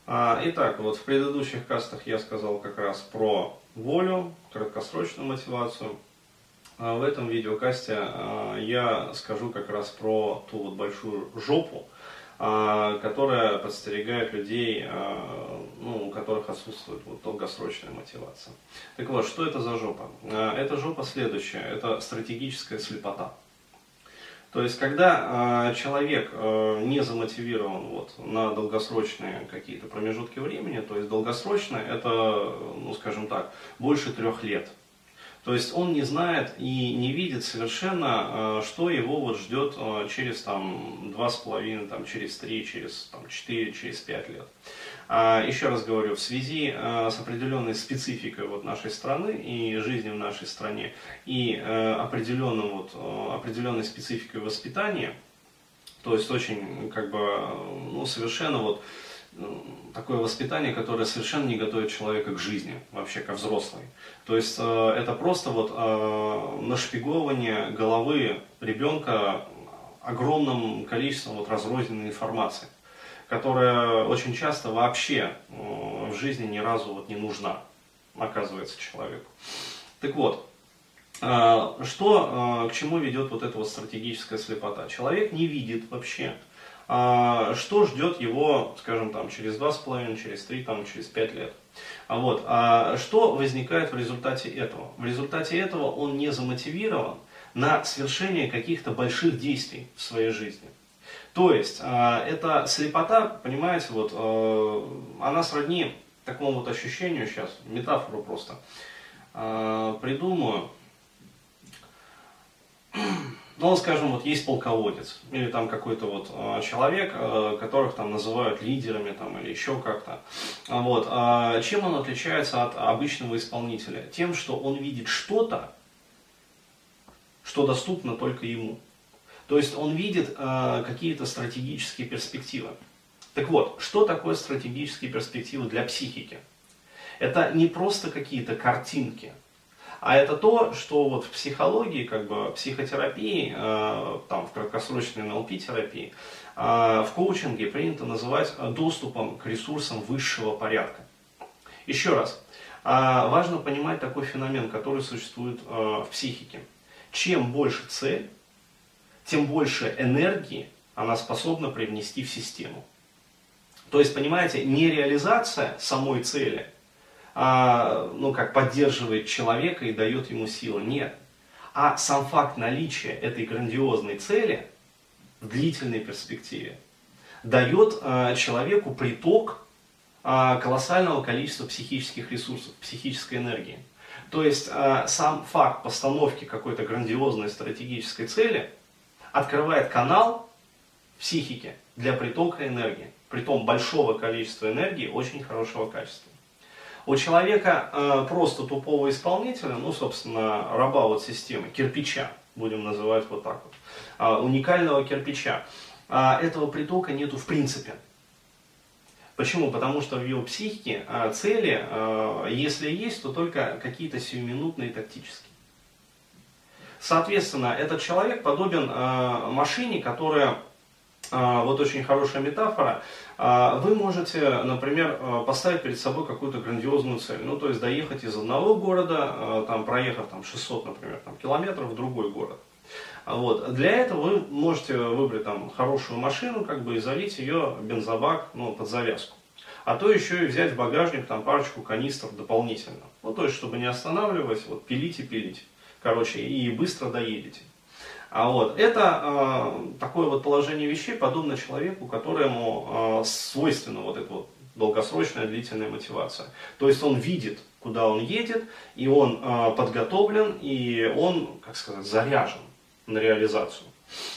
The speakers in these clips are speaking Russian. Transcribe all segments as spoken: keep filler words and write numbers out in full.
А, Итак, вот в предыдущих кастах я сказал как раз про волю, краткосрочную мотивацию. А в этом видеокасте а, я скажу как раз про ту вот большую жопу, а, которая подстерегает людей, а, ну, у которых отсутствует вот долгосрочная мотивация. Так вот, что это за жопа? А, эта жопа следующая, это стратегическая слепота. То есть, когда э, человек э, не замотивирован вот, на долгосрочные какие-то промежутки времени, то есть долгосрочно это, ну скажем так, больше трех лет. То есть он не знает и не видит совершенно, э, что его вот ждет э, через там, два с половиной, там, через три, через там, четыре, через пять лет. А, еще раз говорю, в связи э, с определенной спецификой вот нашей страны и жизни в нашей стране, и э, определенным, вот, э, определенной спецификой воспитания, то есть очень как бы, ну, совершенно вот такое воспитание, которое совершенно не готовит человека к жизни, вообще ко взрослой. То есть э, это просто вот э, нашпигование головы ребенка огромным количеством вот разрозненной информации, которая очень часто вообще в жизни ни разу вот не нужна, оказывается, человеку. Так вот, что, к чему ведет вот эта вот стратегическая слепота? Человек не видит вообще, что ждет его, скажем, там, через два с половиной, через три, там, через пять лет. А вот, а что возникает в результате этого? В результате этого он не замотивирован на совершение каких-то больших действий в своей жизни. То есть, э, эта слепота, понимаете, вот, э, она сродни такому вот ощущению, сейчас, метафору просто э, придумаю. Ну, скажем, вот есть полководец, или там какой-то вот э, человек, э, которых там называют лидерами, там, или еще как-то. Вот. А чем он отличается от обычного исполнителя? Тем, что он видит что-то, что доступно только ему. То есть он видит э, какие-то стратегические перспективы. Так вот, что такое стратегические перспективы для психики? Это не просто какие-то картинки, а это то, что вот в психологии, как бы психотерапии, э, там, в краткосрочной эн эл пи-терапии, э, в коучинге принято называть доступом к ресурсам высшего порядка. Еще раз, э, важно понимать такой феномен, который существует э, в психике. Чем больше цель, тем больше энергии она способна привнести в систему. То есть, понимаете, не реализация самой цели, а, ну, как поддерживает человека и дает ему силы, нет. А сам факт наличия этой грандиозной цели в длительной перспективе дает а, человеку приток а, колоссального количества психических ресурсов, психической энергии. То есть, а, сам факт постановки какой-то грандиозной стратегической цели открывает канал в психике для притока энергии, притом большого количества энергии очень хорошего качества. У человека э, просто тупого исполнителя, ну, собственно, раба вот системы, кирпича, будем называть вот так вот, э, уникального кирпича, э, этого притока нету в принципе. Почему? Потому что в его психике э, цели, э, если есть, то только какие-то сиюминутные тактические. Соответственно, этот человек подобен э, машине, которая, э, вот очень хорошая метафора, э, вы можете, например, э, поставить перед собой какую-то грандиозную цель, ну, то есть доехать из одного города, э, там, проехав там, шестьсот, например, там, километров в другой город. Вот. Для этого вы можете выбрать там, хорошую машину, как бы, и залить ее бензобак, ну, под завязку. А то еще и взять в багажник там, парочку канистр дополнительно. Ну, то есть, чтобы не останавливать, вот, пилить и пилить. Короче, и быстро доедете. А вот, это э, такое вот положение вещей, подобно человеку, которому э, свойственна вот эта вот долгосрочная длительная мотивация. То есть он видит, куда он едет, и он э, подготовлен, и он, как сказать, заряжен на реализацию.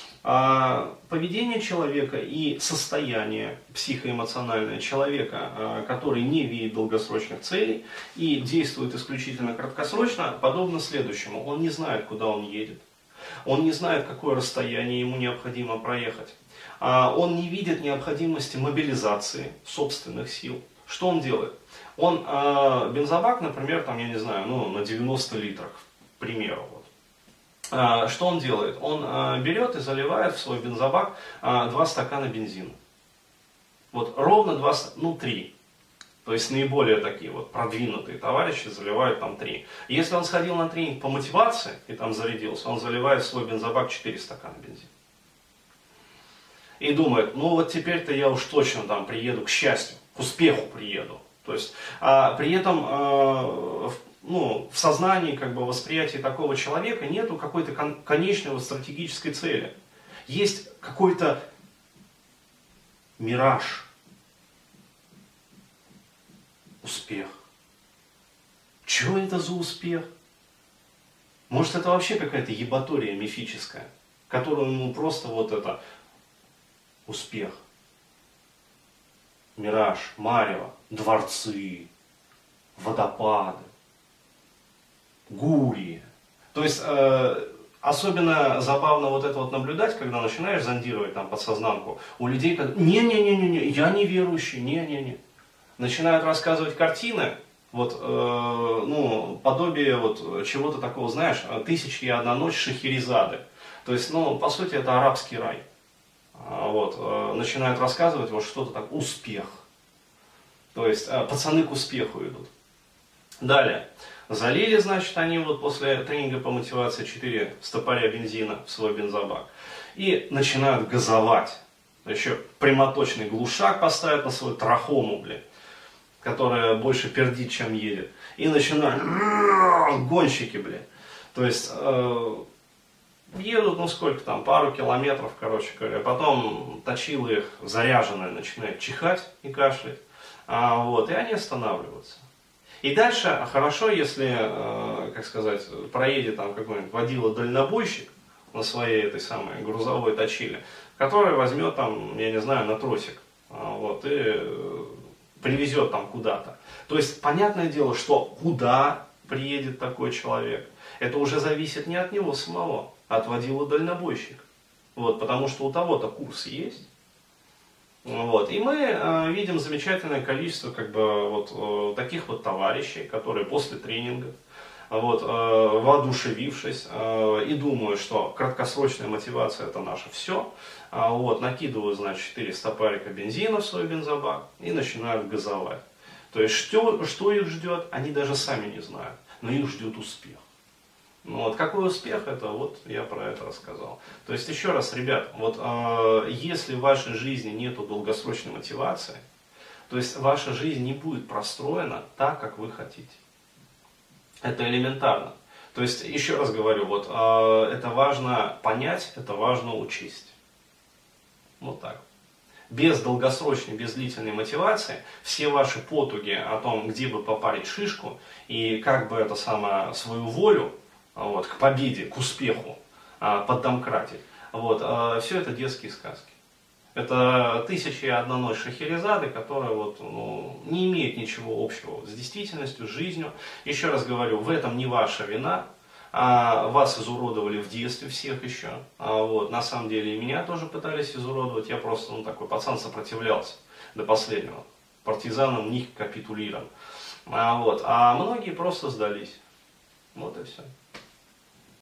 А поведение человека и состояние психоэмоциональное человека, э, который не видит долгосрочных целей и действует исключительно краткосрочно, подобно следующему. Он не знает, куда он едет. Он не знает, какое расстояние ему необходимо проехать. Он не видит необходимости мобилизации собственных сил. Что он делает? Он бензобак, например, там, я не знаю, ну, на девяносто литрах, к примеру. Вот. Что он делает? Он берет и заливает в свой бензобак два стакана бензина. Вот ровно два, ну три, То есть наиболее такие вот продвинутые товарищи заливают там три. Если он сходил на тренинг по мотивации и там зарядился, он заливает в свой бензобак четыре стакана бензина. И думает, ну вот теперь-то я уж точно там приеду к счастью, к успеху приеду. То есть а, при этом а, в, ну, в сознании, как бы, восприятии такого человека нету какой-то кон- конечной вот стратегической цели. Есть какой-то мираж. Успех. Чего это за успех? Может, это вообще какая-то ебатория мифическая, которую ему просто вот это успех. Мираж, марево, дворцы, водопады, гурии. То есть э, особенно забавно вот это вот наблюдать, когда начинаешь зондировать там подсознанку у людей, когда не-не-не-не, я не верующий, не-не-не. Начинают рассказывать картины, вот, э, ну, подобие вот чего-то такого, знаешь, «Тысяча и одна ночь» Шахерезады. То есть, ну, по сути, это арабский рай. Вот, э, начинают рассказывать вот что-то так, успех. То есть, э, пацаны к успеху идут. Далее. Залили, значит, они вот после тренинга по мотивации четыре стопаря бензина в свой бензобак. И начинают газовать. Еще прямоточный глушак поставят на свою трахому, блин, которая больше пердит, чем едет. И начинают гонщики, блин. То есть э, едут, ну сколько там, пару километров, короче говоря. Потом точилы их заряженные начинают чихать и кашлять. А, вот, и они останавливаются. И дальше хорошо, если, э, как сказать, проедет там какой-нибудь водила-дальнобойщик на своей этой самой грузовой точиле, который возьмет там, я не знаю, на тросик, вот, и э, привезет там куда-то. То есть, понятное дело, что куда приедет такой человек, это уже зависит не от него самого, а от водила-дальнобойщика. Вот, потому что у того-то курс есть. Вот. И мы э, видим замечательное количество как бы, вот, э, таких вот товарищей, которые после тренинга, вот, э, воодушевившись э, и думают, что краткосрочная мотивация это наше все, э, вот, накидывают, значит, четыре стопарика бензина в свой бензобак и начинают газовать. То есть что, что их ждет, они даже сами не знают, но их ждет успех. Ну, вот, какой успех это, вот я про это рассказал. То есть еще раз, ребят, вот э, если в вашей жизни нету долгосрочной мотивации, то есть ваша жизнь не будет простроена так, как вы хотите. Это элементарно. То есть еще раз говорю, вот э, это важно понять, это важно учесть. Вот так. Без долгосрочной, без длительной мотивации все ваши потуги о том, где бы попарить шишку и как бы это самое свою волю вот, к победе, к успеху а, поддомкратить. Вот, а, все это детские сказки. Это «Тысяча и одна ночь» Шахерезады, которая вот, ну, не имеет ничего общего с действительностью, с жизнью. Еще раз говорю, в этом не ваша вина. А, вас изуродовали в детстве всех еще. А, вот, на самом деле и меня тоже пытались изуродовать. Я просто ну, такой пацан сопротивлялся до последнего. Партизанам не капитулировал. А, вот, а многие просто сдались. Вот и все.